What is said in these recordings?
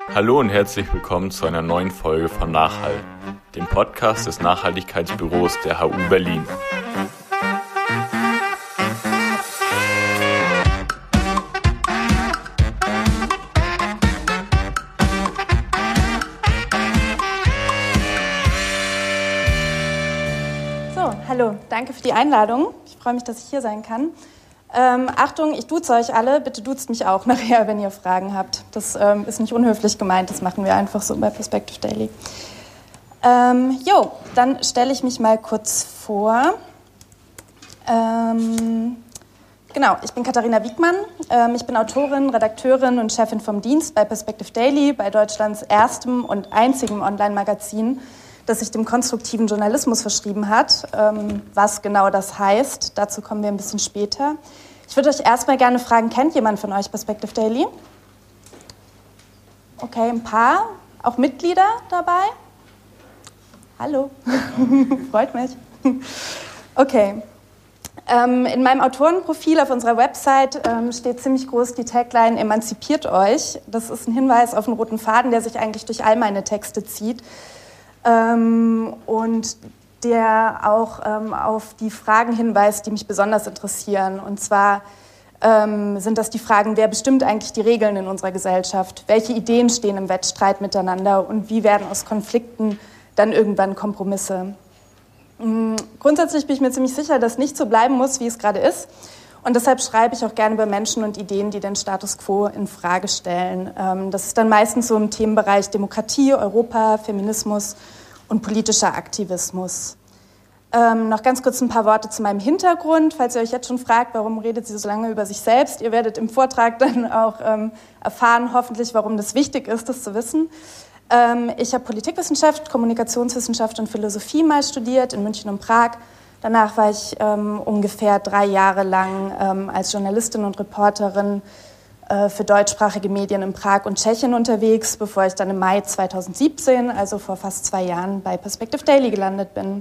Hallo und herzlich willkommen zu einer neuen Folge von Nachhall, dem Podcast des Nachhaltigkeitsbüros der HU Berlin. So, hallo, danke für die Einladung. Ich freue mich, dass ich hier sein kann. Achtung, ich duze euch alle, bitte duzt mich auch nachher, wenn ihr Fragen habt. Das ist nicht unhöflich gemeint, das machen wir einfach so bei Perspective Daily. Dann stelle ich mich mal kurz vor. Ich bin Katharina Wiegmann. Ich bin Autorin, Redakteurin und Chefin vom Dienst bei Perspective Daily, bei Deutschlands erstem und einzigem Online-Magazin, das sich dem konstruktiven Journalismus verschrieben hat. Was genau das heißt, dazu kommen wir ein bisschen später. Ich würde euch erstmal gerne fragen, kennt jemand von euch Perspective Daily? Okay, ein paar. Auch Mitglieder dabei? Hallo, freut mich. Okay. In meinem Autorenprofil auf unserer Website steht ziemlich groß die Tagline "Emanzipiert euch". Das ist ein Hinweis auf einen roten Faden, der sich eigentlich durch all meine Texte zieht. Und der auch auf die Fragen hinweist, die mich besonders interessieren. Und zwar sind das die Fragen, wer bestimmt eigentlich die Regeln in unserer Gesellschaft? Welche Ideen stehen im Wettstreit miteinander? Und wie werden aus Konflikten dann irgendwann Kompromisse? Grundsätzlich bin ich mir ziemlich sicher, dass nicht so bleiben muss, wie es gerade ist. Und deshalb schreibe ich auch gerne über Menschen und Ideen, die den Status quo in Frage stellen. Das ist dann meistens so im Themenbereich Demokratie, Europa, Feminismus und politischer Aktivismus. Noch ganz kurz ein paar Worte zu meinem Hintergrund, falls ihr euch jetzt schon fragt, warum redet sie so lange über sich selbst. Ihr werdet im Vortrag dann auch erfahren, hoffentlich, warum das wichtig ist, das zu wissen. Ich habe Politikwissenschaft, Kommunikationswissenschaft und Philosophie mal studiert in München und Prag. Danach war ich ungefähr 3 Jahre lang als Journalistin und Reporterin für deutschsprachige Medien in Prag und Tschechien unterwegs, bevor ich dann im Mai 2017, also vor fast 2 Jahren, bei Perspective Daily gelandet bin.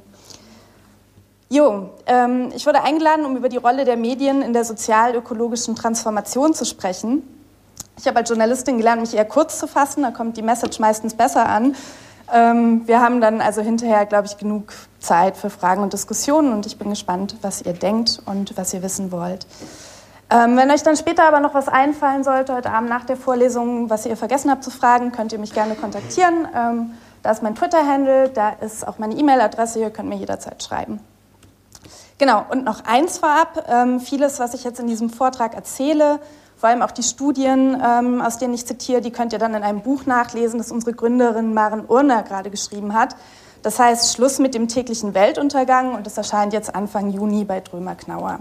Ich wurde eingeladen, um über die Rolle der Medien in der sozial-ökologischen Transformation zu sprechen. Ich habe als Journalistin gelernt, mich eher kurz zu fassen, da kommt die Message meistens besser an. Wir haben dann also hinterher, glaube ich, genug Zeit für Fragen und Diskussionen und ich bin gespannt, was ihr denkt und was ihr wissen wollt. Wenn euch dann später aber noch was einfallen sollte, heute Abend nach der Vorlesung, was ihr vergessen habt zu fragen, könnt ihr mich gerne kontaktieren. Da ist mein Twitter-Handle, da ist auch meine E-Mail-Adresse, ihr könnt mir jederzeit schreiben. Genau, und noch eins vorab, vieles, was ich jetzt in diesem Vortrag erzähle, vor allem auch die Studien, aus denen ich zitiere, die könnt ihr dann in einem Buch nachlesen, das unsere Gründerin Maren Urner gerade geschrieben hat. Das heißt Schluss mit dem täglichen Weltuntergang und das erscheint jetzt Anfang Juni bei Drömer-Knauer.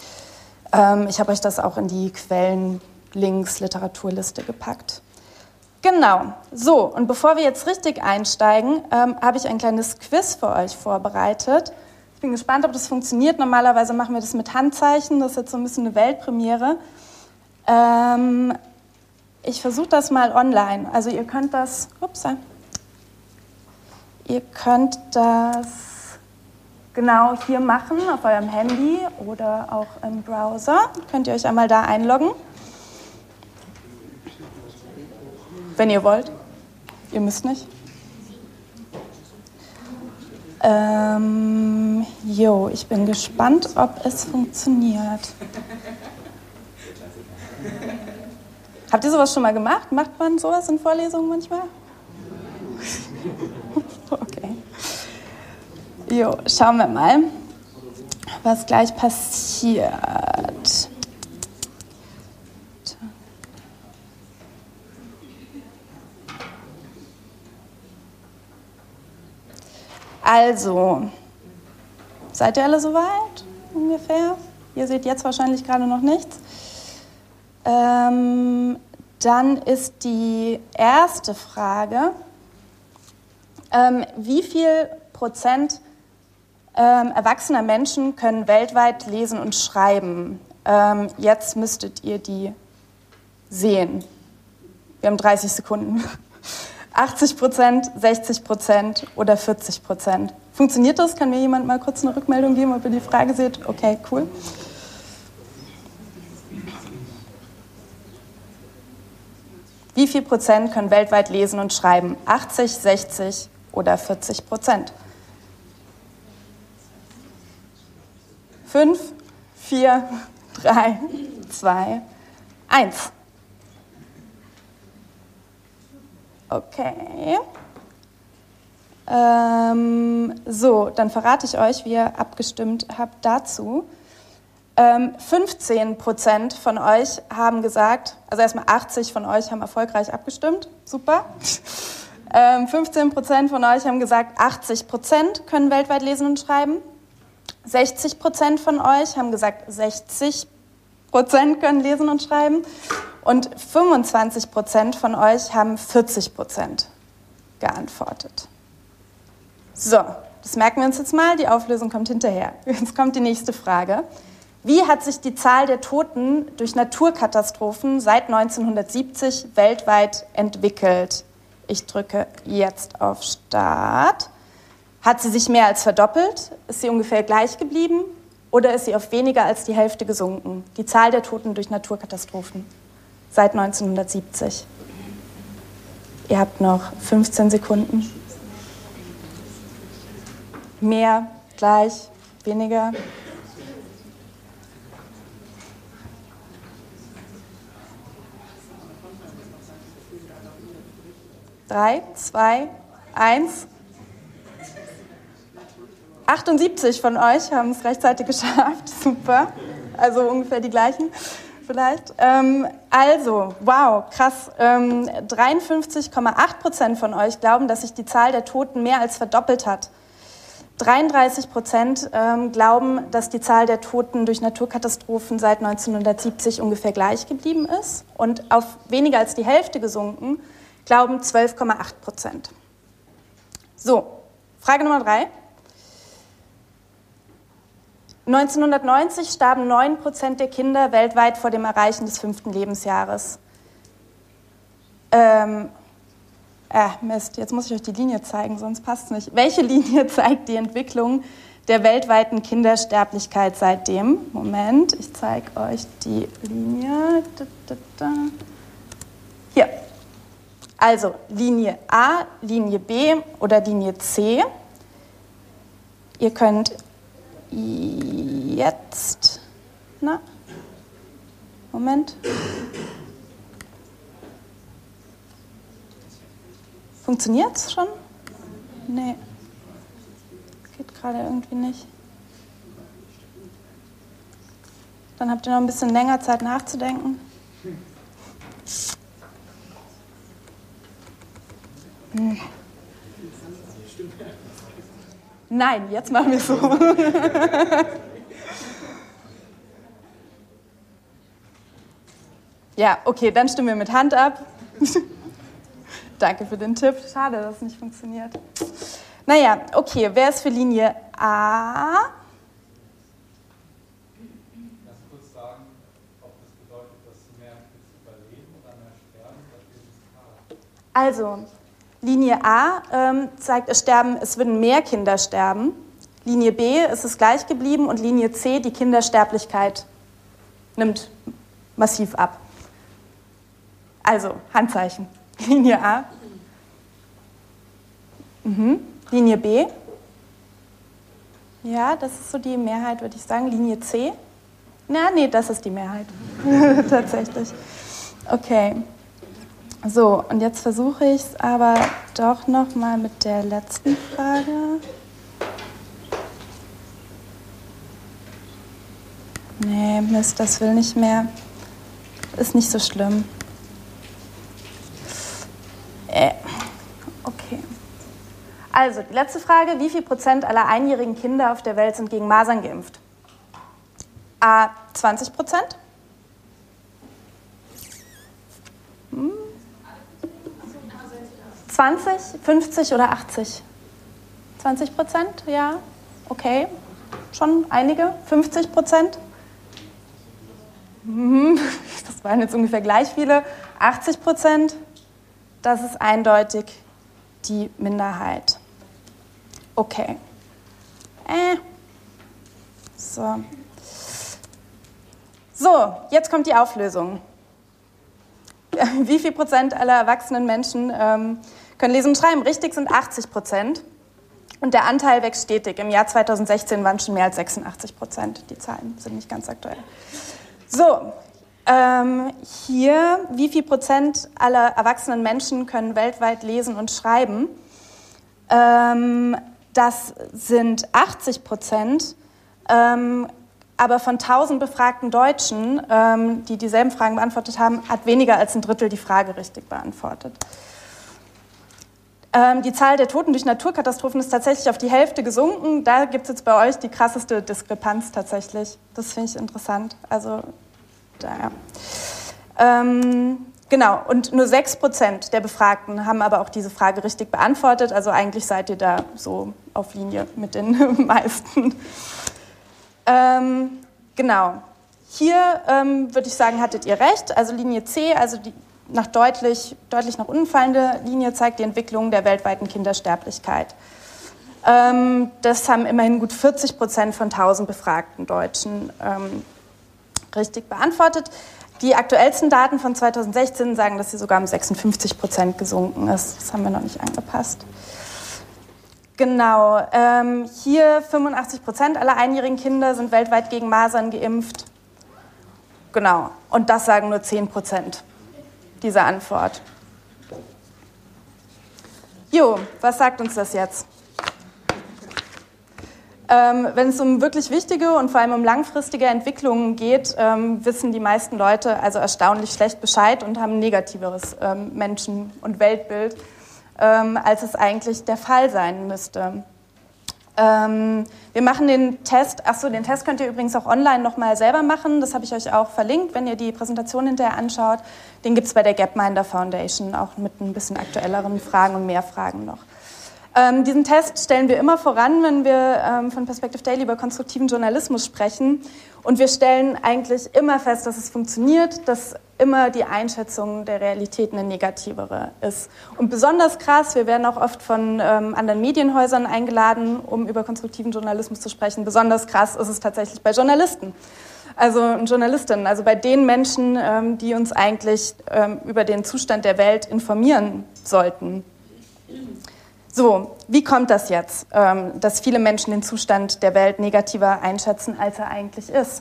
Ich habe euch das auch in die Quellenlinks, Literaturliste gepackt. Genau, so und bevor wir jetzt richtig einsteigen, habe ich ein kleines Quiz für euch vorbereitet. Ich bin gespannt, ob das funktioniert. Normalerweise machen wir das mit Handzeichen, das ist jetzt so ein bisschen eine Weltpremiere. Ich versuche das mal online. Also ihr könnt das genau hier machen, auf eurem Handy oder auch im Browser. Könnt ihr euch einmal da einloggen, wenn ihr wollt. Ihr müsst nicht. Ich bin gespannt, ob es funktioniert. Habt ihr sowas schon mal gemacht? Macht man sowas in Vorlesungen manchmal? Okay. Schauen wir mal, was gleich passiert. Also, seid ihr alle soweit ungefähr? Ihr seht jetzt wahrscheinlich gerade noch nichts. Dann ist die erste Frage, wie viel Prozent erwachsener Menschen können weltweit lesen und schreiben? Jetzt müsstet ihr die sehen. Wir haben 30 Sekunden. 80%, 60% oder 40%. Funktioniert das? Kann mir jemand mal kurz eine Rückmeldung geben, ob ihr die Frage seht? Okay, cool. Wie Wie viel Prozent können weltweit lesen und schreiben? 80, 60 oder 40%? 5, 4, 3, 2, 1. Okay. So, dann verrate ich euch, wie ihr abgestimmt habt dazu. 15% von euch haben gesagt, also erstmal 80 von euch haben erfolgreich abgestimmt, super. 15% von euch haben gesagt, 80% können weltweit lesen und schreiben. 60% von euch haben gesagt, 60% können lesen und schreiben. Und 25% von euch haben 40% geantwortet. So, das merken wir uns jetzt mal, die Auflösung kommt hinterher. Jetzt kommt die nächste Frage. Wie hat sich die Zahl der Toten durch Naturkatastrophen seit 1970 weltweit entwickelt? Ich drücke jetzt auf Start. Hat sie sich mehr als verdoppelt? Ist sie ungefähr gleich geblieben? Oder ist sie auf weniger als die Hälfte gesunken? Die Zahl der Toten durch Naturkatastrophen seit 1970. Ihr habt noch 15 Sekunden. Mehr, gleich, weniger? Drei, 2, 1. 78 von euch haben es rechtzeitig geschafft. Super. Also ungefähr die gleichen vielleicht. Also, wow, krass. 53,8% von euch glauben, dass sich die Zahl der Toten mehr als verdoppelt hat. 33% glauben, dass die Zahl der Toten durch Naturkatastrophen seit 1970 ungefähr gleich geblieben ist. Und auf weniger als die Hälfte gesunken, glauben 12,8%. So, Frage Nummer 3. 1990 starben 9% der Kinder weltweit vor dem Erreichen des 5. Lebensjahres. Mist, jetzt muss ich euch die Linie zeigen, sonst passt es nicht. Welche Linie zeigt die Entwicklung der weltweiten Kindersterblichkeit seitdem? Moment, ich zeige euch die Linie. Hier. Also Linie A, Linie B oder Linie C. Ihr könnt jetzt, Moment. Funktioniert's schon? Nee. Geht gerade irgendwie nicht. Dann habt ihr noch ein bisschen länger Zeit nachzudenken. Nein, jetzt machen wir es so. Ja, okay, dann stimmen wir mit Hand ab. Danke für den Tipp. Schade, dass es nicht funktioniert. Naja, okay, wer ist für Linie A? Kannst du kurz sagen, ob das bedeutet, dass mehr Kids überleben oder mehr sterben? Also, Linie A zeigt, es würden mehr Kinder sterben. Linie B ist es gleich geblieben und Linie C, die Kindersterblichkeit nimmt massiv ab. Also, Handzeichen. Linie A. Linie B. Ja, das ist so die Mehrheit, würde ich sagen. Linie C. Nee, das ist die Mehrheit. Tatsächlich. Okay. So, und jetzt versuche ich es aber doch noch mal mit der letzten Frage. Nee, Mist, das will nicht mehr. Ist nicht so schlimm. Okay. Also, die letzte Frage. Wie viel Prozent aller einjährigen Kinder auf der Welt sind gegen Masern geimpft? A, 20%? 20, 50 oder 80? 20%? Ja, okay. Schon einige. 50%? Das waren jetzt ungefähr gleich viele. 80%? Das ist eindeutig die Minderheit. Okay. So, jetzt kommt die Auflösung. Wie viel Prozent aller erwachsenen Menschen können lesen und schreiben? Richtig sind 80%. Und der Anteil wächst stetig. Im Jahr 2016 waren schon mehr als 86%. Die Zahlen sind nicht ganz aktuell. So, hier, wie viel Prozent aller erwachsenen Menschen können weltweit lesen und schreiben? Das sind 80%. Aber von 1000 befragten Deutschen, die dieselben Fragen beantwortet haben, hat weniger als ein Drittel die Frage richtig beantwortet. Die Zahl der Toten durch Naturkatastrophen ist tatsächlich auf die Hälfte gesunken. Da gibt es jetzt bei euch die krasseste Diskrepanz tatsächlich. Das finde ich interessant. Also, genau, und nur 6% der Befragten haben aber auch diese Frage richtig beantwortet. Also eigentlich seid ihr da so auf Linie mit den meisten. Genau. Hier würde ich sagen, hattet ihr recht. Also Linie C, also die deutlich nach unten fallende Linie zeigt die Entwicklung der weltweiten Kindersterblichkeit. Das haben immerhin gut 40% von 1000 befragten Deutschen richtig beantwortet. Die aktuellsten Daten von 2016 sagen, dass sie sogar um 56% gesunken ist. Das haben wir noch nicht angepasst. Genau, hier 85% aller einjährigen Kinder sind weltweit gegen Masern geimpft. Genau, und das sagen nur 10% dieser Antwort. Jo, was sagt uns das jetzt? Wenn es um wirklich wichtige und vor allem um langfristige Entwicklungen geht, wissen die meisten Leute also erstaunlich schlecht Bescheid und haben ein negativeres Menschen- und Weltbild, als es eigentlich der Fall sein müsste. Wir machen den Test, den Test könnt ihr übrigens auch online nochmal selber machen, das habe ich euch auch verlinkt, wenn ihr die Präsentation hinterher anschaut. Den gibt es bei der Gapminder Foundation, auch mit ein bisschen aktuelleren Fragen und mehr Fragen noch. Diesen Test stellen wir immer voran, wenn wir von Perspective Daily über konstruktiven Journalismus sprechen. Und wir stellen eigentlich immer fest, dass es funktioniert, dass immer die Einschätzung der Realität eine negativere ist. Und besonders krass, wir werden auch oft von anderen Medienhäusern eingeladen, um über konstruktiven Journalismus zu sprechen. Besonders krass ist es tatsächlich bei Journalisten, also Journalistinnen, also bei den Menschen, die uns eigentlich über den Zustand der Welt informieren sollten. So, wie kommt das jetzt, dass viele Menschen den Zustand der Welt negativer einschätzen, als er eigentlich ist?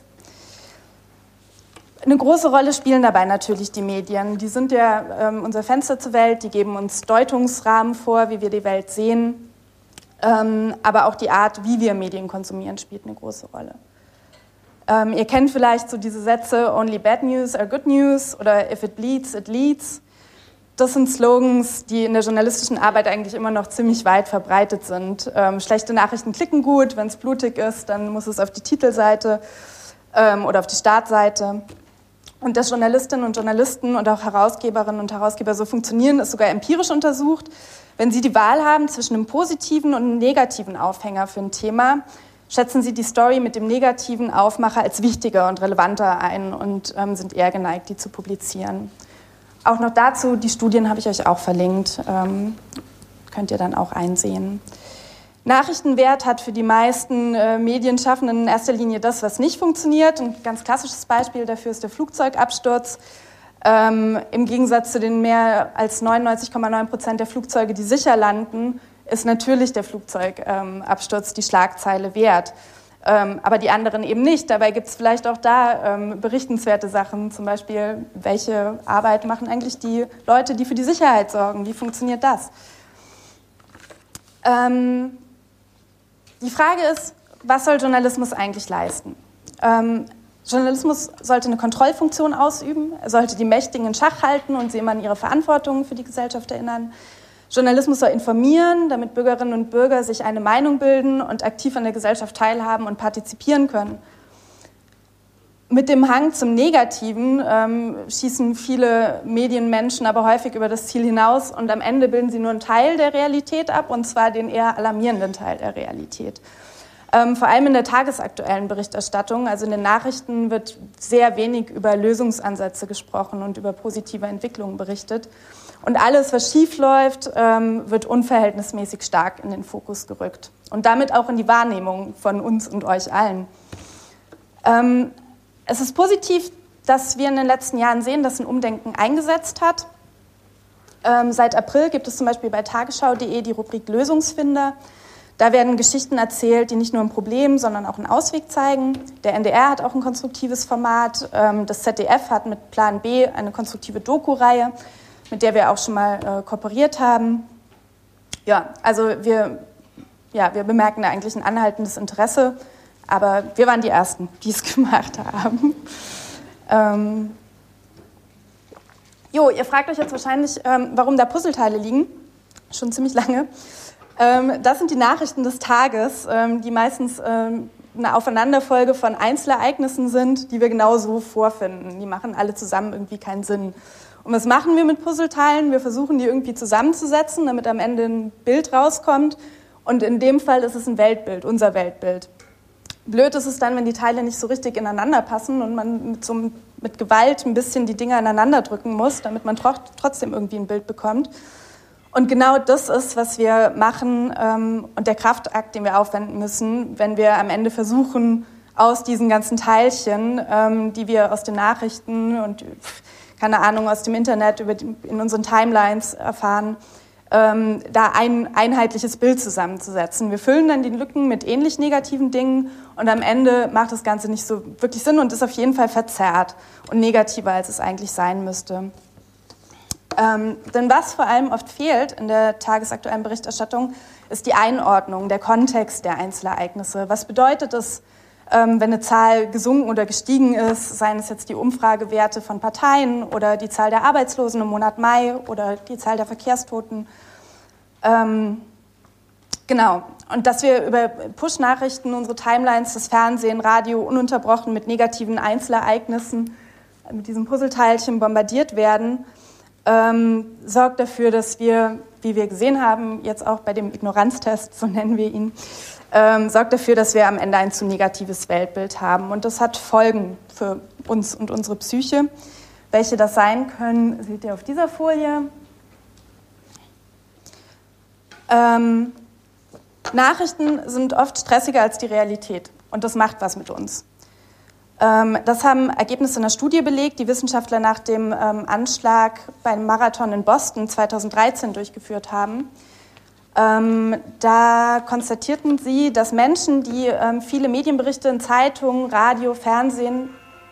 Eine große Rolle spielen dabei natürlich die Medien. Die sind ja unser Fenster zur Welt, die geben uns Deutungsrahmen vor, wie wir die Welt sehen. Aber auch die Art, wie wir Medien konsumieren, spielt eine große Rolle. Ihr kennt vielleicht so diese Sätze, only bad news are good news oder if it bleeds, it leads. Das sind Slogans, die in der journalistischen Arbeit eigentlich immer noch ziemlich weit verbreitet sind. Schlechte Nachrichten klicken gut, wenn es blutig ist, dann muss es auf die Titelseite oder auf die Startseite. Und dass Journalistinnen und Journalisten und auch Herausgeberinnen und Herausgeber so funktionieren, ist sogar empirisch untersucht. Wenn sie die Wahl haben zwischen einem positiven und einem negativen Aufhänger für ein Thema, schätzen sie die Story mit dem negativen Aufmacher als wichtiger und relevanter ein und sind eher geneigt, die zu publizieren. Auch noch dazu, die Studien habe ich euch auch verlinkt, könnt ihr dann auch einsehen. Nachrichtenwert hat für die meisten Medienschaffenden in erster Linie das, was nicht funktioniert. Ein ganz klassisches Beispiel dafür ist der Flugzeugabsturz. Im Gegensatz zu den mehr als 99,9% der Flugzeuge, die sicher landen, ist natürlich der Flugzeugabsturz die Schlagzeile wert. Aber die anderen eben nicht. Dabei gibt es vielleicht auch da berichtenswerte Sachen, zum Beispiel, welche Arbeit machen eigentlich die Leute, die für die Sicherheit sorgen? Wie funktioniert das? Die Frage ist, was soll Journalismus eigentlich leisten? Journalismus sollte eine Kontrollfunktion ausüben, er sollte die Mächtigen in Schach halten und sie immer an ihre Verantwortung für die Gesellschaft erinnern. Journalismus soll informieren, damit Bürgerinnen und Bürger sich eine Meinung bilden und aktiv an der Gesellschaft teilhaben und partizipieren können. Mit dem Hang zum Negativen schießen viele Medienmenschen aber häufig über das Ziel hinaus und am Ende bilden sie nur einen Teil der Realität ab, und zwar den eher alarmierenden Teil der Realität. Vor allem in der tagesaktuellen Berichterstattung, also in den Nachrichten, wird sehr wenig über Lösungsansätze gesprochen und über positive Entwicklungen berichtet. Und alles, was schief läuft, wird unverhältnismäßig stark in den Fokus gerückt. Und damit auch in die Wahrnehmung von uns und euch allen. Es ist positiv, dass wir in den letzten Jahren sehen, dass ein Umdenken eingesetzt hat. Seit April gibt es zum Beispiel bei tagesschau.de die Rubrik Lösungsfinder. Da werden Geschichten erzählt, die nicht nur ein Problem, sondern auch einen Ausweg zeigen. Der NDR hat auch ein konstruktives Format. Das ZDF hat mit Plan B eine konstruktive Doku-Reihe, mit der wir auch schon mal kooperiert haben. Ja, also wir bemerken da eigentlich ein anhaltendes Interesse, aber wir waren die Ersten, die es gemacht haben. Ihr fragt euch jetzt wahrscheinlich, warum da Puzzleteile liegen, schon ziemlich lange. Das sind die Nachrichten des Tages, die meistens eine Aufeinanderfolge von Einzelereignissen sind, die wir genau so vorfinden. Die machen alle zusammen irgendwie keinen Sinn. Und was machen wir mit Puzzleteilen? Wir versuchen, die irgendwie zusammenzusetzen, damit am Ende ein Bild rauskommt. Und in dem Fall ist es ein Weltbild, unser Weltbild. Blöd ist es dann, wenn die Teile nicht so richtig ineinander passen und man mit Gewalt ein bisschen die Dinge aneinander drücken muss, damit man trotzdem irgendwie ein Bild bekommt. Und genau das ist, was wir machen und der Kraftakt, den wir aufwenden müssen, wenn wir am Ende versuchen, aus diesen ganzen Teilchen, die wir aus den Nachrichten und, keine Ahnung, aus dem Internet in unseren Timelines erfahren, da ein einheitliches Bild zusammenzusetzen. Wir füllen dann die Lücken mit ähnlich negativen Dingen und am Ende macht das Ganze nicht so wirklich Sinn und ist auf jeden Fall verzerrt und negativer, als es eigentlich sein müsste. Denn was vor allem oft fehlt in der tagesaktuellen Berichterstattung, ist die Einordnung, der Kontext der Einzelereignisse. Was bedeutet es, wenn eine Zahl gesunken oder gestiegen ist, seien es jetzt die Umfragewerte von Parteien oder die Zahl der Arbeitslosen im Monat Mai oder die Zahl der Verkehrstoten. Genau. Und dass wir über Push-Nachrichten, unsere Timelines, das Fernsehen, Radio ununterbrochen mit negativen Einzelereignissen, mit diesen Puzzleteilchen bombardiert werden, sorgt dafür, dass wir, wie wir gesehen haben, jetzt auch bei dem Ignoranztest, so nennen wir ihn, sorgt dafür, dass wir am Ende ein zu negatives Weltbild haben. Und das hat Folgen für uns und unsere Psyche. Welche das sein können, seht ihr auf dieser Folie. Nachrichten sind oft stressiger als die Realität und das macht was mit uns. Das haben Ergebnisse einer Studie belegt, die Wissenschaftler nach dem Anschlag beim Marathon in Boston 2013 durchgeführt haben. Da konstatierten sie, dass Menschen, die viele Medienberichte in Zeitungen, Radio, Fernsehen...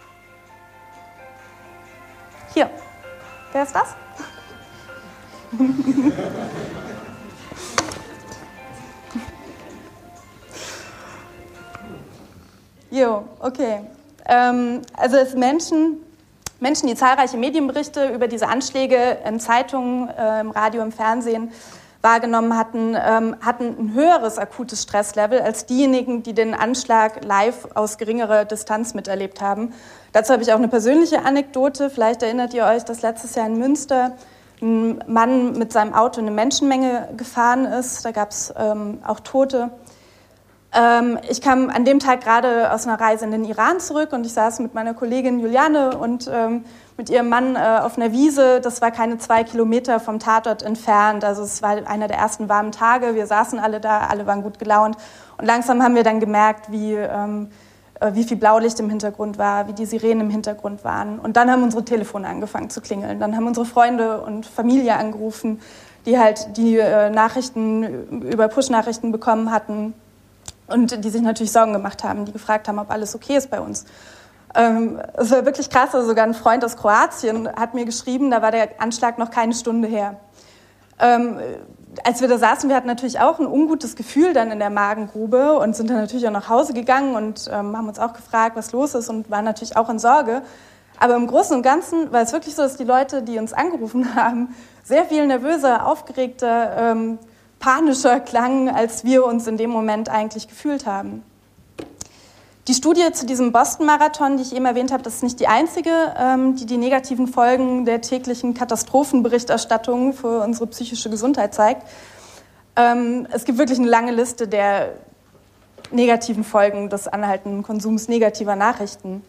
Hier, wer ist das? Jo, okay. Also es Menschen, die zahlreiche Medienberichte über diese Anschläge in Zeitungen, im Radio, im Fernsehen wahrgenommen hatten, hatten ein höheres akutes Stresslevel als diejenigen, die den Anschlag live aus geringerer Distanz miterlebt haben. Dazu habe ich auch eine persönliche Anekdote. Vielleicht erinnert ihr euch, dass letztes Jahr in Münster ein Mann mit seinem Auto in eine Menschenmenge gefahren ist. Da gab es auch Tote. Ich kam an dem Tag gerade aus einer Reise in den Iran zurück und ich saß mit meiner Kollegin Juliane und mit ihrem Mann auf einer Wiese. Das war keine 2 Kilometer vom Tatort entfernt. Also es war einer der ersten warmen Tage. Wir saßen alle da, alle waren gut gelaunt. Und langsam haben wir dann gemerkt, wie viel Blaulicht im Hintergrund war, wie die Sirenen im Hintergrund waren. Und dann haben unsere Telefone angefangen zu klingeln. Dann haben unsere Freunde und Familie angerufen, die halt die Nachrichten über Push-Nachrichten bekommen hatten. Und die sich natürlich Sorgen gemacht haben, die gefragt haben, ob alles okay ist bei uns. Es war wirklich krass, also sogar ein Freund aus Kroatien hat mir geschrieben, da war der Anschlag noch keine Stunde her. Als wir da saßen, wir hatten natürlich auch ein ungutes Gefühl dann in der Magengrube und sind dann natürlich auch nach Hause gegangen und haben uns auch gefragt, was los ist und waren natürlich auch in Sorge. Aber im Großen und Ganzen war es wirklich so, dass die Leute, die uns angerufen haben, sehr viel nervöser, aufgeregter, panischer klangen, als wir uns in dem Moment eigentlich gefühlt haben. Die Studie zu diesem Boston-Marathon, die ich eben erwähnt habe, das ist nicht die einzige, die negativen Folgen der täglichen Katastrophenberichterstattung für unsere psychische Gesundheit zeigt. Es gibt wirklich eine lange Liste der negativen Folgen des anhaltenden Konsums negativer Nachrichten.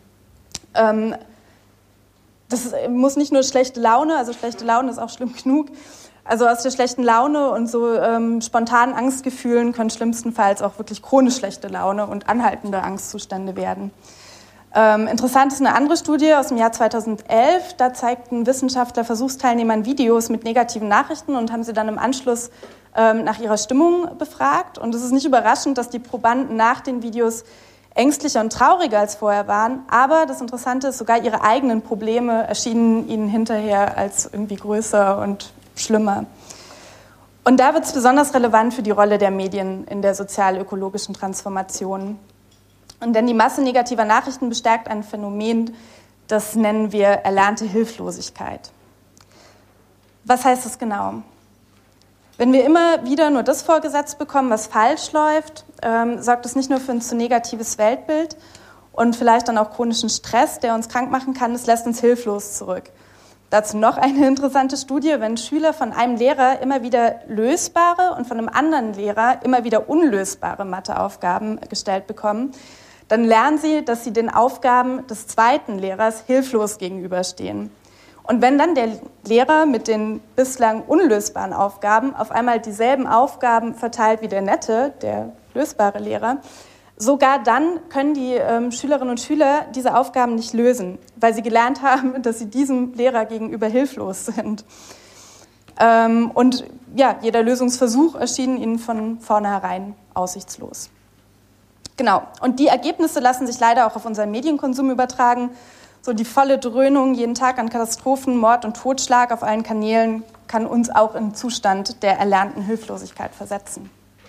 Das muss nicht nur schlechte Laune, also schlechte Laune ist auch schlimm genug. Also aus der schlechten Laune und so spontanen Angstgefühlen können schlimmstenfalls auch wirklich chronisch schlechte Laune und anhaltende Angstzustände werden. Interessant ist eine andere Studie aus dem Jahr 2011. Da zeigten Wissenschaftler Versuchsteilnehmern Videos mit negativen Nachrichten und haben sie dann im Anschluss nach ihrer Stimmung befragt. Und es ist nicht überraschend, dass die Probanden nach den Videos ängstlicher und trauriger als vorher waren. Aber das Interessante ist, sogar ihre eigenen Probleme erschienen ihnen hinterher als irgendwie größer und schlimmer. Und da wird es besonders relevant für die Rolle der Medien in der sozial-ökologischen Transformation. Und denn die Masse negativer Nachrichten bestärkt ein Phänomen, das nennen wir erlernte Hilflosigkeit. Was heißt das genau? Wenn wir immer wieder nur das vorgesetzt bekommen, was falsch läuft, sorgt das nicht nur für ein zu negatives Weltbild und vielleicht dann auch chronischen Stress, der uns krank machen kann, es lässt uns hilflos zurück. Dazu noch eine interessante Studie: Wenn Schüler von einem Lehrer immer wieder lösbare und von einem anderen Lehrer immer wieder unlösbare Matheaufgaben gestellt bekommen, dann lernen sie, dass sie den Aufgaben des zweiten Lehrers hilflos gegenüberstehen. Und wenn dann der Lehrer mit den bislang unlösbaren Aufgaben auf einmal dieselben Aufgaben verteilt wie der nette, der lösbare Lehrer, sogar dann können die Schülerinnen und Schüler diese Aufgaben nicht lösen, weil sie gelernt haben, dass sie diesem Lehrer gegenüber hilflos sind. Und ja, jeder Lösungsversuch erschien ihnen von vornherein aussichtslos. Genau, und die Ergebnisse lassen sich leider auch auf unseren Medienkonsum übertragen. So die volle Dröhnung jeden Tag an Katastrophen, Mord und Totschlag auf allen Kanälen kann uns auch in Zustand der erlernten Hilflosigkeit versetzen.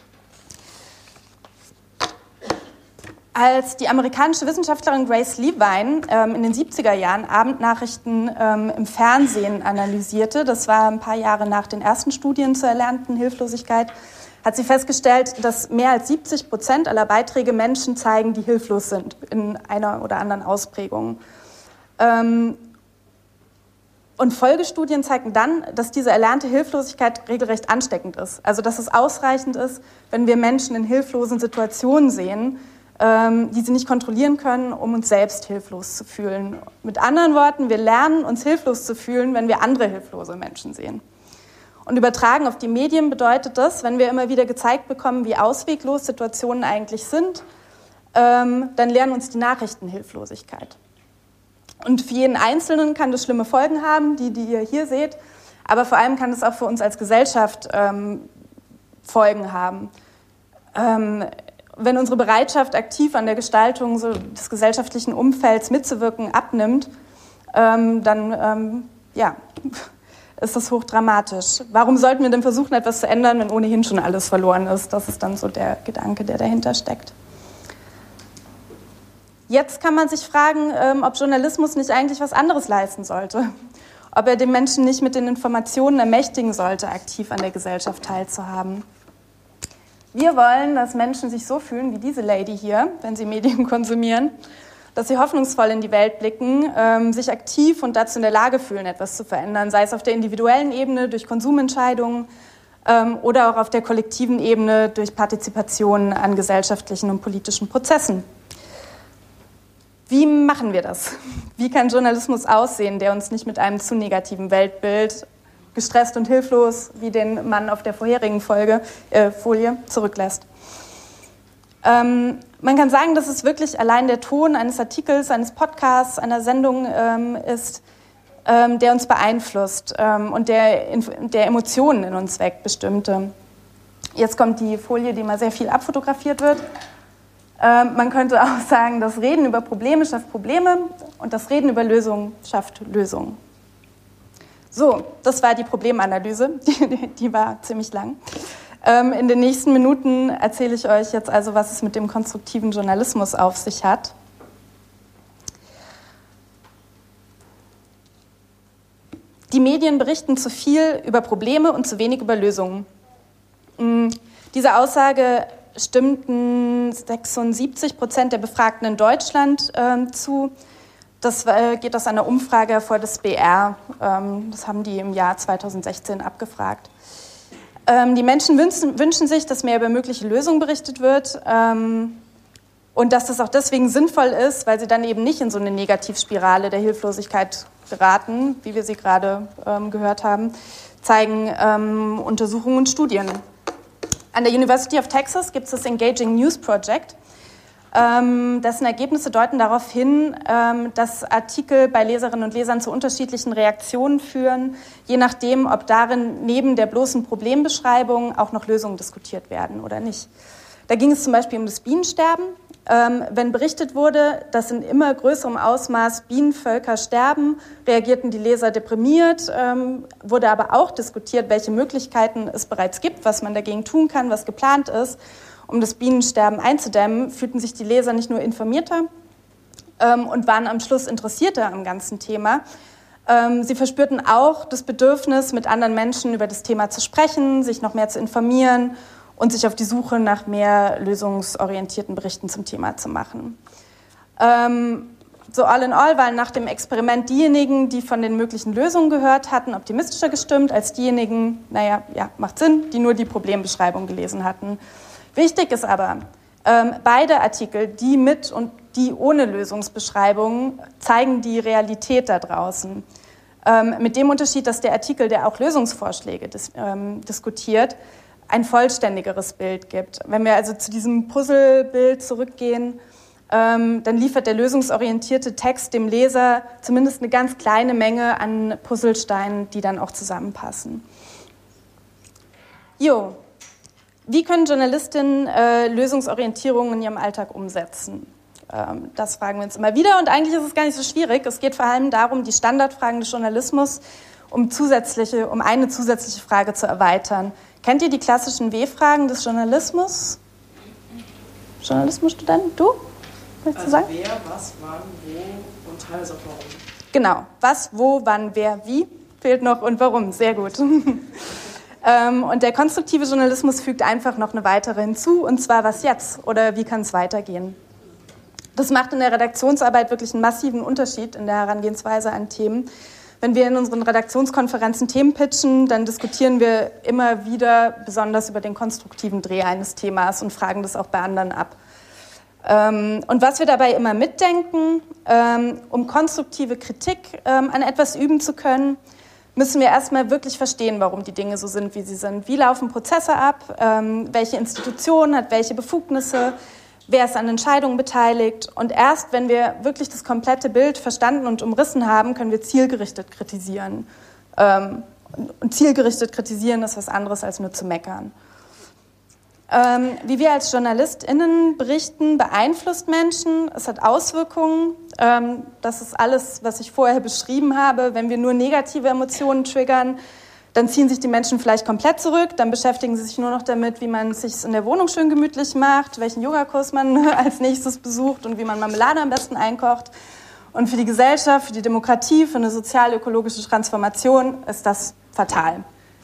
Als die amerikanische Wissenschaftlerin Grace Levine in den 70er Jahren Abendnachrichten im Fernsehen analysierte, das war ein paar Jahre nach den ersten Studien zur erlernten Hilflosigkeit, hat sie festgestellt, dass mehr als 70% aller Beiträge Menschen zeigen, die hilflos sind in einer oder anderen Ausprägung. Und Folgestudien zeigten dann, dass diese erlernte Hilflosigkeit regelrecht ansteckend ist. Also dass es ausreichend ist, wenn wir Menschen in hilflosen Situationen sehen, die sie nicht kontrollieren können, um uns selbst hilflos zu fühlen. Mit anderen Worten, wir lernen, uns hilflos zu fühlen, wenn wir andere hilflose Menschen sehen. Und übertragen auf die Medien bedeutet das, wenn wir immer wieder gezeigt bekommen, wie ausweglos Situationen eigentlich sind, dann lernen uns die Nachrichten Hilflosigkeit. Und für jeden Einzelnen kann das schlimme Folgen haben, die ihr hier seht, aber vor allem kann es auch für uns als Gesellschaft Folgen haben. Wenn unsere Bereitschaft, aktiv an der Gestaltung des gesellschaftlichen Umfelds mitzuwirken, abnimmt, dann ist das hochdramatisch. Warum sollten wir denn versuchen, etwas zu ändern, wenn ohnehin schon alles verloren ist? Das ist dann so der Gedanke, der dahinter steckt. Jetzt kann man sich fragen, ob Journalismus nicht eigentlich was anderes leisten sollte. Ob er den Menschen nicht mit den Informationen ermächtigen sollte, aktiv an der Gesellschaft teilzuhaben. Wir wollen, dass Menschen sich so fühlen wie diese Lady hier, wenn sie Medien konsumieren, dass sie hoffnungsvoll in die Welt blicken, sich aktiv und dazu in der Lage fühlen, etwas zu verändern, sei es auf der individuellen Ebene durch Konsumentscheidungen oder auch auf der kollektiven Ebene durch Partizipation an gesellschaftlichen und politischen Prozessen. Wie machen wir das? Wie kann Journalismus aussehen, der uns nicht mit einem zu negativen Weltbild, gestresst und hilflos, wie den Mann auf der vorherigen Folie, zurücklässt? Man kann sagen, dass es wirklich allein der Ton eines Artikels, eines Podcasts, einer Sendung ist, der uns beeinflusst und der Emotionen in uns weckt, bestimmte. Jetzt kommt die Folie, die mal sehr viel abfotografiert wird. Man könnte auch sagen, das Reden über Probleme schafft Probleme und das Reden über Lösungen schafft Lösungen. So, das war die Problemanalyse, die war ziemlich lang. In den nächsten Minuten erzähle ich euch jetzt also, was es mit dem konstruktiven Journalismus auf sich hat. Die Medien berichten zu viel über Probleme und zu wenig über Lösungen. Diese Aussage stimmten 76% der Befragten in Deutschland zu. Das geht aus einer Umfrage hervor des BR. Das haben die im Jahr 2016 abgefragt. Die Menschen wünschen sich, dass mehr über mögliche Lösungen berichtet wird und dass das auch deswegen sinnvoll ist, weil sie dann eben nicht in so eine Negativspirale der Hilflosigkeit geraten, wie wir sie gerade gehört haben, zeigen Untersuchungen und Studien. An der University of Texas gibt es das Engaging News Project. Dessen Ergebnisse deuten darauf hin, dass Artikel bei Leserinnen und Lesern zu unterschiedlichen Reaktionen führen, je nachdem, ob darin neben der bloßen Problembeschreibung auch noch Lösungen diskutiert werden oder nicht. Da ging es zum Beispiel um das Bienensterben. Wenn berichtet wurde, dass in immer größerem Ausmaß Bienenvölker sterben, reagierten die Leser deprimiert, wurde aber auch diskutiert, welche Möglichkeiten es bereits gibt, was man dagegen tun kann, was geplant ist. Um das Bienensterben einzudämmen, fühlten sich die Leser nicht nur informierter und waren am Schluss interessierter am ganzen Thema. Sie verspürten auch das Bedürfnis, mit anderen Menschen über das Thema zu sprechen, sich noch mehr zu informieren und sich auf die Suche nach mehr lösungsorientierten Berichten zum Thema zu machen. So all in all waren nach dem Experiment diejenigen, die von den möglichen Lösungen gehört hatten, optimistischer gestimmt als diejenigen, macht Sinn, die nur die Problembeschreibung gelesen hatten. Wichtig ist aber, beide Artikel, die mit und die ohne Lösungsbeschreibung, zeigen die Realität da draußen. Mit dem Unterschied, dass der Artikel, der auch Lösungsvorschläge diskutiert, ein vollständigeres Bild gibt. Wenn wir also zu diesem Puzzlebild zurückgehen, dann liefert der lösungsorientierte Text dem Leser zumindest eine ganz kleine Menge an Puzzlesteinen, die dann auch zusammenpassen. Wie können Journalistinnen Lösungsorientierung in ihrem Alltag umsetzen? Das fragen wir uns immer wieder und eigentlich ist es gar nicht so schwierig. Es geht vor allem darum, die Standardfragen des Journalismus um eine zusätzliche Frage zu erweitern. Kennt ihr die klassischen W-Fragen des Journalismus? Journalismusstudenten, du? Willst du sagen? Wer, was, wann, wo und teilweise auch warum. Genau, was, wo, wann, wer, wie fehlt noch und warum. Sehr gut. Und der konstruktive Journalismus fügt einfach noch eine weitere hinzu, und zwar was jetzt oder wie kann es weitergehen. Das macht in der Redaktionsarbeit wirklich einen massiven Unterschied in der Herangehensweise an Themen. Wenn wir in unseren Redaktionskonferenzen Themen pitchen, dann diskutieren wir immer wieder besonders über den konstruktiven Dreh eines Themas und fragen das auch bei anderen ab. Und was wir dabei immer mitdenken, um konstruktive Kritik an etwas üben zu können, müssen wir erstmal wirklich verstehen, warum die Dinge so sind, wie sie sind. Wie laufen Prozesse ab? Welche Institution hat welche Befugnisse? Wer ist an Entscheidungen beteiligt? Und erst, wenn wir wirklich das komplette Bild verstanden und umrissen haben, können wir zielgerichtet kritisieren. Und zielgerichtet kritisieren ist was anderes, als nur zu meckern. Wie wir als JournalistInnen berichten, beeinflusst Menschen. Es hat Auswirkungen. Das ist alles, was ich vorher beschrieben habe. Wenn wir nur negative Emotionen triggern, dann ziehen sich die Menschen vielleicht komplett zurück. Dann beschäftigen sie sich nur noch damit, wie man es sich in der Wohnung schön gemütlich macht, welchen Yogakurs man als nächstes besucht und wie man Marmelade am besten einkocht. Und für die Gesellschaft, für die Demokratie, für eine sozial-ökologische Transformation ist das fatal.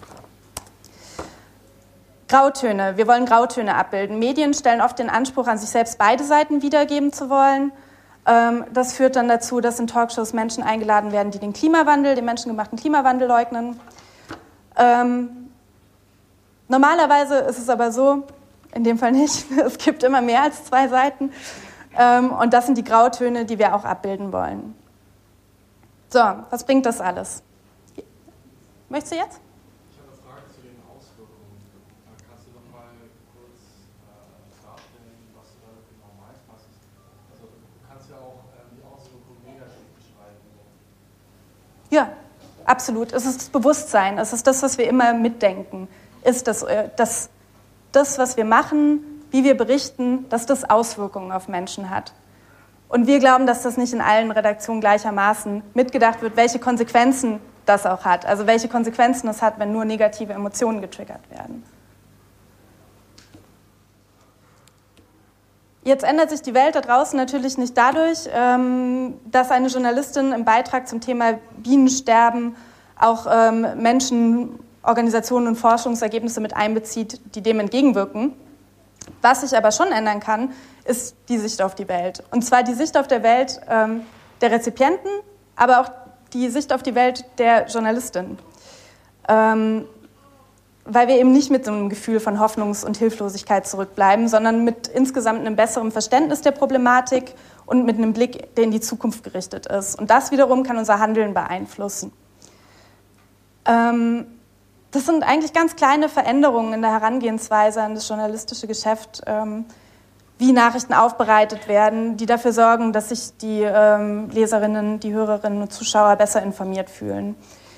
Grautöne. Wir wollen Grautöne abbilden. Medien stellen oft den Anspruch an sich selbst, beide Seiten wiedergeben zu wollen. Das führt dann dazu, dass in Talkshows Menschen eingeladen werden, die den menschengemachten Klimawandel leugnen. Normalerweise ist es aber so, in dem Fall nicht, es gibt immer mehr als zwei Seiten. Und das sind die Grautöne, die wir auch abbilden wollen. So, was bringt das alles? Möchtest du jetzt? Ja, absolut. Es ist das Bewusstsein, es ist das, was wir immer mitdenken. Ist das, was wir machen, wie wir berichten, dass das Auswirkungen auf Menschen hat. Und wir glauben, dass das nicht in allen Redaktionen gleichermaßen mitgedacht wird, welche Konsequenzen das auch hat. Also welche Konsequenzen es hat, wenn nur negative Emotionen getriggert werden. Jetzt ändert sich die Welt da draußen natürlich nicht dadurch, dass eine Journalistin im Beitrag zum Thema Bienensterben auch Menschen, Organisationen und Forschungsergebnisse mit einbezieht, die dem entgegenwirken. Was sich aber schon ändern kann, ist die Sicht auf die Welt. Und zwar die Sicht auf die Welt der Rezipienten, aber auch die Sicht auf die Welt der Journalistin. Weil wir eben nicht mit so einem Gefühl von Hoffnungs- und Hilflosigkeit zurückbleiben, sondern mit insgesamt einem besseren Verständnis der Problematik und mit einem Blick, der in die Zukunft gerichtet ist. Und das wiederum kann unser Handeln beeinflussen. Das sind eigentlich ganz kleine Veränderungen in der Herangehensweise an das journalistische Geschäft. wie Nachrichten aufbereitet werden, die dafür sorgen, dass sich die Leserinnen, die Hörerinnen und Zuschauer besser informiert fühlen.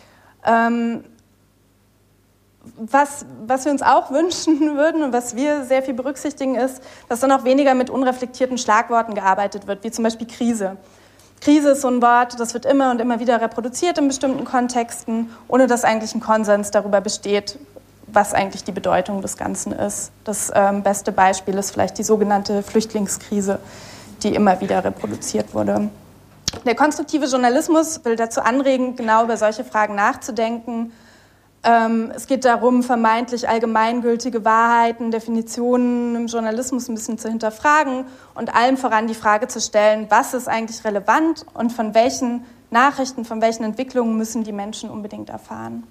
Was wir uns auch wünschen würden und was wir sehr viel berücksichtigen ist, dass dann auch weniger mit unreflektierten Schlagworten gearbeitet wird, wie zum Beispiel Krise. Krise ist so ein Wort, das wird immer und immer wieder reproduziert in bestimmten Kontexten, ohne dass eigentlich ein Konsens darüber besteht, was eigentlich die Bedeutung des Ganzen ist. Das beste Beispiel ist vielleicht die sogenannte Flüchtlingskrise, die immer wieder reproduziert wurde. Der konstruktive Journalismus will dazu anregen, genau über solche Fragen nachzudenken. Es geht darum, vermeintlich allgemeingültige Wahrheiten, Definitionen im Journalismus ein bisschen zu hinterfragen und allem voran die Frage zu stellen, was ist eigentlich relevant und von welchen Nachrichten, von welchen Entwicklungen müssen die Menschen unbedingt erfahren.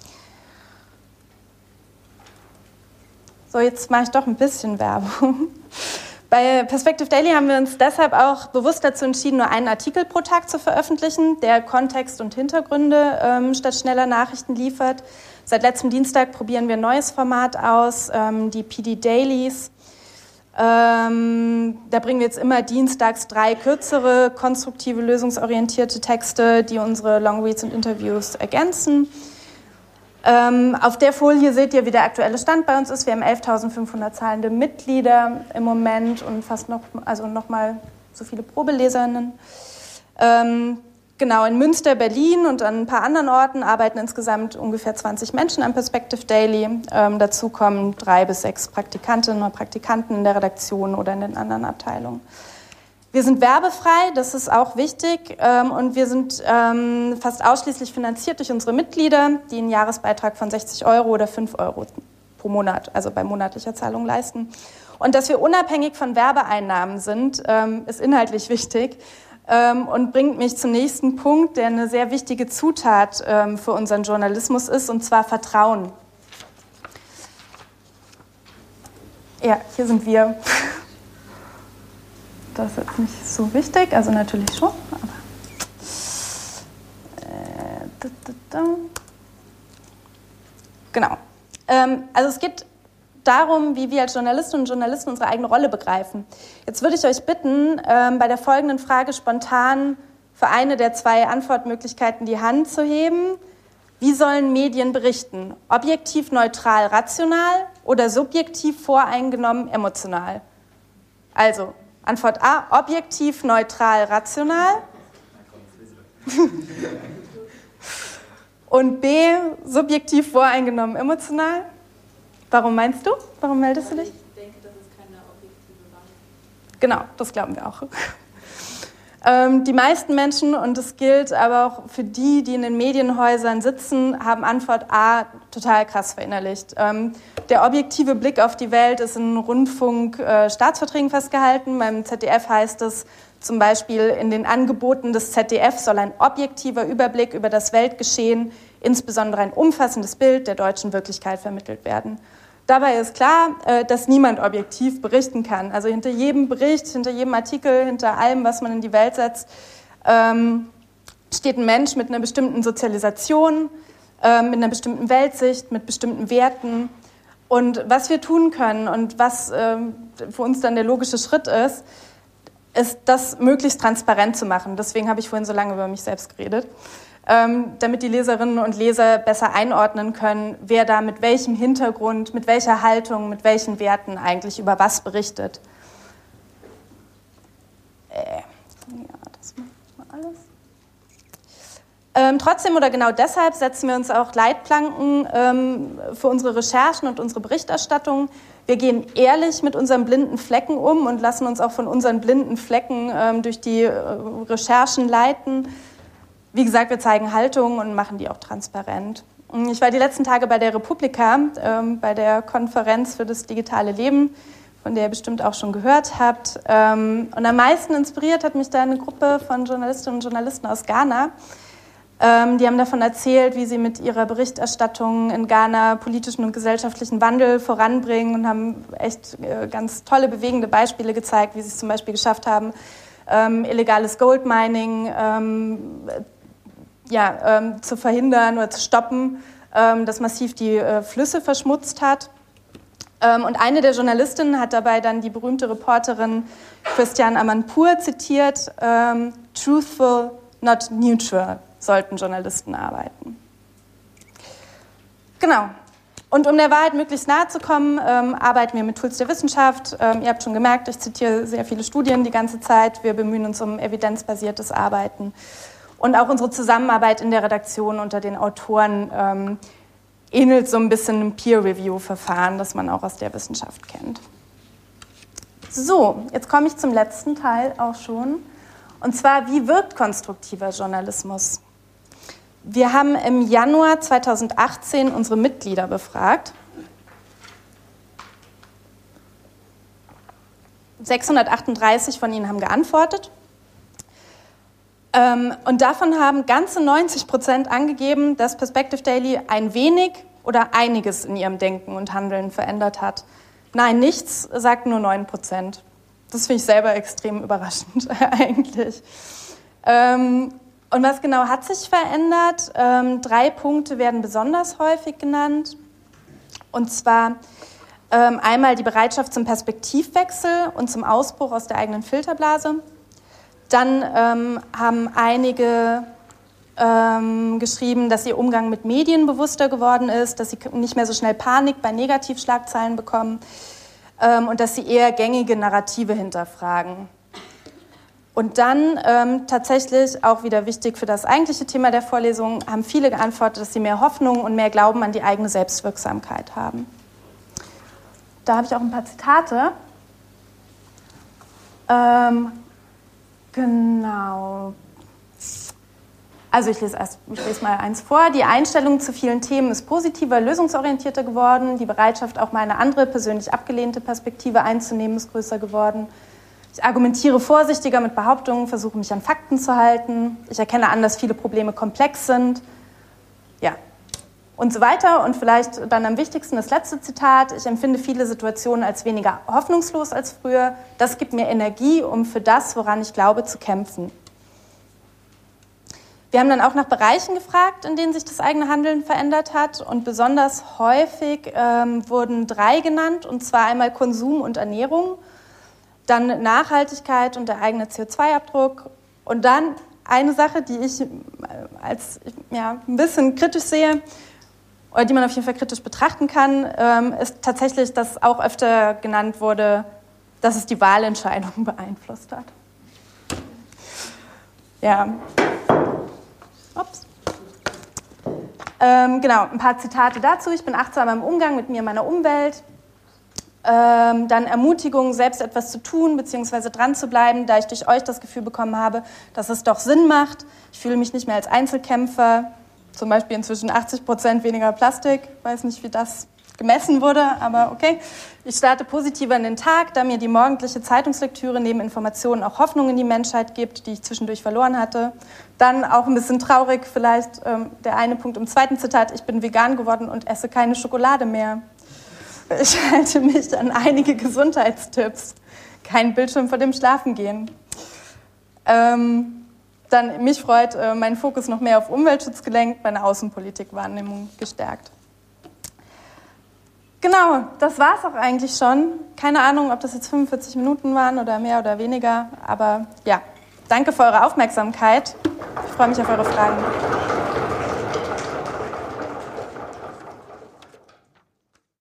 So, jetzt mache ich doch ein bisschen Werbung. Bei Perspective Daily haben wir uns deshalb auch bewusst dazu entschieden, nur einen Artikel pro Tag zu veröffentlichen, der Kontext und Hintergründe statt schneller Nachrichten liefert. Seit letztem Dienstag probieren wir ein neues Format aus, die PD Dailies. Da bringen wir jetzt immer dienstags 3 kürzere, konstruktive, lösungsorientierte Texte, die unsere Longreads und Interviews ergänzen. Auf der Folie seht ihr, wie der aktuelle Stand bei uns ist. Wir haben 11.500 zahlende Mitglieder im Moment und fast noch mal so viele Probeleserinnen. Genau, in Münster, Berlin und an ein paar anderen Orten arbeiten insgesamt ungefähr 20 Menschen am Perspective Daily. Dazu kommen 3 bis 6 Praktikantinnen oder Praktikanten in der Redaktion oder in den anderen Abteilungen. Wir sind werbefrei, das ist auch wichtig, und wir sind fast ausschließlich finanziert durch unsere Mitglieder, die einen Jahresbeitrag von 60 € oder 5 € pro Monat, also bei monatlicher Zahlung leisten. Und dass wir unabhängig von Werbeeinnahmen sind, ist inhaltlich wichtig und bringt mich zum nächsten Punkt, der eine sehr wichtige Zutat für unseren Journalismus ist, und zwar Vertrauen. Ja, hier sind wir. Das ist jetzt nicht so wichtig, also natürlich schon, aber genau. Also es geht darum, wie wir als Journalistinnen und Journalisten unsere eigene Rolle begreifen. Jetzt würde ich euch bitten, bei der folgenden Frage spontan für eine der 2 Antwortmöglichkeiten die Hand zu heben. Wie sollen Medien berichten? Objektiv, neutral, rational oder subjektiv, voreingenommen, emotional? Also Antwort A, objektiv, neutral, rational. Und B, subjektiv, voreingenommen, emotional. Warum meinst du? Warum meldest du dich? Ich denke, das ist keine objektive Wahrheit. Genau, das glauben wir auch. Die meisten Menschen, und das gilt aber auch für die, die in den Medienhäusern sitzen, haben Antwort A total krass verinnerlicht. Der objektive Blick auf die Welt ist in Rundfunk-Staatsverträgen festgehalten. Beim ZDF heißt es zum Beispiel, in den Angeboten des ZDF soll ein objektiver Überblick über das Weltgeschehen, insbesondere ein umfassendes Bild der deutschen Wirklichkeit vermittelt werden. Dabei ist klar, dass niemand objektiv berichten kann. Also hinter jedem Bericht, hinter jedem Artikel, hinter allem, was man in die Welt setzt, steht ein Mensch mit einer bestimmten Sozialisation, mit einer bestimmten Weltsicht, mit bestimmten Werten. Und was wir tun können und was für uns dann der logische Schritt ist das möglichst transparent zu machen. Deswegen habe ich vorhin so lange über mich selbst geredet. Damit die Leserinnen und Leser besser einordnen können, wer da mit welchem Hintergrund, mit welcher Haltung, mit welchen Werten eigentlich über was berichtet. Ja, das mache ich mal alles. Trotzdem oder genau deshalb setzen wir uns auch Leitplanken für unsere Recherchen und unsere Berichterstattung. Wir gehen ehrlich mit unseren blinden Flecken um und lassen uns auch von unseren blinden Flecken durch die Recherchen leiten. Wie gesagt, wir zeigen Haltung und machen die auch transparent. Ich war die letzten Tage bei der Republika, bei der Konferenz für das digitale Leben, von der ihr bestimmt auch schon gehört habt. Und am meisten inspiriert hat mich da eine Gruppe von Journalistinnen und Journalisten aus Ghana. Die haben davon erzählt, wie sie mit ihrer Berichterstattung in Ghana politischen und gesellschaftlichen Wandel voranbringen und haben echt ganz tolle, bewegende Beispiele gezeigt, wie sie es zum Beispiel geschafft haben, illegales Goldmining zu verhindern oder zu stoppen, das massiv die Flüsse verschmutzt hat. Und eine der Journalistinnen hat dabei dann die berühmte Reporterin Christiane Amanpour zitiert, truthful, not neutral sollten Journalisten arbeiten. Genau. Und um der Wahrheit möglichst nahe zu kommen, arbeiten wir mit Tools der Wissenschaft. Ihr habt schon gemerkt, ich zitiere sehr viele Studien die ganze Zeit. Wir bemühen uns um evidenzbasiertes Arbeiten. Und auch unsere Zusammenarbeit in der Redaktion unter den Autoren ähnelt so ein bisschen einem Peer-Review-Verfahren, das man auch aus der Wissenschaft kennt. So, jetzt komme ich zum letzten Teil auch schon. Und zwar, wie wirkt konstruktiver Journalismus? Wir haben im Januar 2018 unsere Mitglieder befragt. 638 von ihnen haben geantwortet. Und davon haben ganze 90% angegeben, dass Perspective Daily ein wenig oder einiges in ihrem Denken und Handeln verändert hat. Nein, nichts, sagt nur 9%. Das finde ich selber extrem überraschend eigentlich. Und was genau hat sich verändert? 3 Punkte werden besonders häufig genannt. Und zwar einmal die Bereitschaft zum Perspektivwechsel und zum Ausbruch aus der eigenen Filterblase. Dann haben einige geschrieben, dass ihr Umgang mit Medien bewusster geworden ist, dass sie nicht mehr so schnell Panik bei Negativschlagzeilen bekommen und dass sie eher gängige Narrative hinterfragen. Und dann tatsächlich, auch wieder wichtig für das eigentliche Thema der Vorlesung, haben viele geantwortet, dass sie mehr Hoffnung und mehr Glauben an die eigene Selbstwirksamkeit haben. Da habe ich auch ein paar Zitate. Genau. Also ich lese mal eins vor. Die Einstellung zu vielen Themen ist positiver, lösungsorientierter geworden. Die Bereitschaft, auch mal eine andere, persönlich abgelehnte Perspektive einzunehmen, ist größer geworden. Ich argumentiere vorsichtiger mit Behauptungen, versuche mich an Fakten zu halten. Ich erkenne an, dass viele Probleme komplex sind. Ja, und so weiter. Und vielleicht dann am wichtigsten das letzte Zitat. Ich empfinde viele Situationen als weniger hoffnungslos als früher. Das gibt mir Energie, um für das, woran ich glaube, zu kämpfen. Wir haben dann auch nach Bereichen gefragt, in denen sich das eigene Handeln verändert hat. Und besonders häufig wurden 3 genannt, und zwar einmal Konsum und Ernährung, dann Nachhaltigkeit und der eigene CO2-Abdruck und dann eine Sache, die ich als ein bisschen kritisch sehe oder die man auf jeden Fall kritisch betrachten kann, ist tatsächlich, dass auch öfter genannt wurde, dass es die Wahlentscheidung beeinflusst hat. Ja. Ups. Genau, ein paar Zitate dazu. Ich bin achtsam im Umgang mit mir und meiner Umwelt. Dann Ermutigung, selbst etwas zu tun bzw. dran zu bleiben, da ich durch euch das Gefühl bekommen habe, dass es doch Sinn macht. Ich fühle mich nicht mehr als Einzelkämpfer, zum Beispiel inzwischen 80% weniger Plastik, weiß nicht, wie das gemessen wurde, aber okay. Ich starte positiver in den Tag, da mir die morgendliche Zeitungslektüre neben Informationen auch Hoffnung in die Menschheit gibt, die ich zwischendurch verloren hatte. Dann auch ein bisschen traurig vielleicht der eine Punkt im zweiten Zitat, ich bin vegan geworden und esse keine Schokolade mehr. Ich halte mich an einige Gesundheitstipps. Kein Bildschirm vor dem Schlafengehen. Dann mich freut, mein Fokus noch mehr auf Umweltschutz gelenkt, meine Außenpolitikwahrnehmung gestärkt. Genau, das war es auch eigentlich schon. Keine Ahnung, ob das jetzt 45 Minuten waren oder mehr oder weniger. Aber ja, danke für eure Aufmerksamkeit. Ich freue mich auf eure Fragen.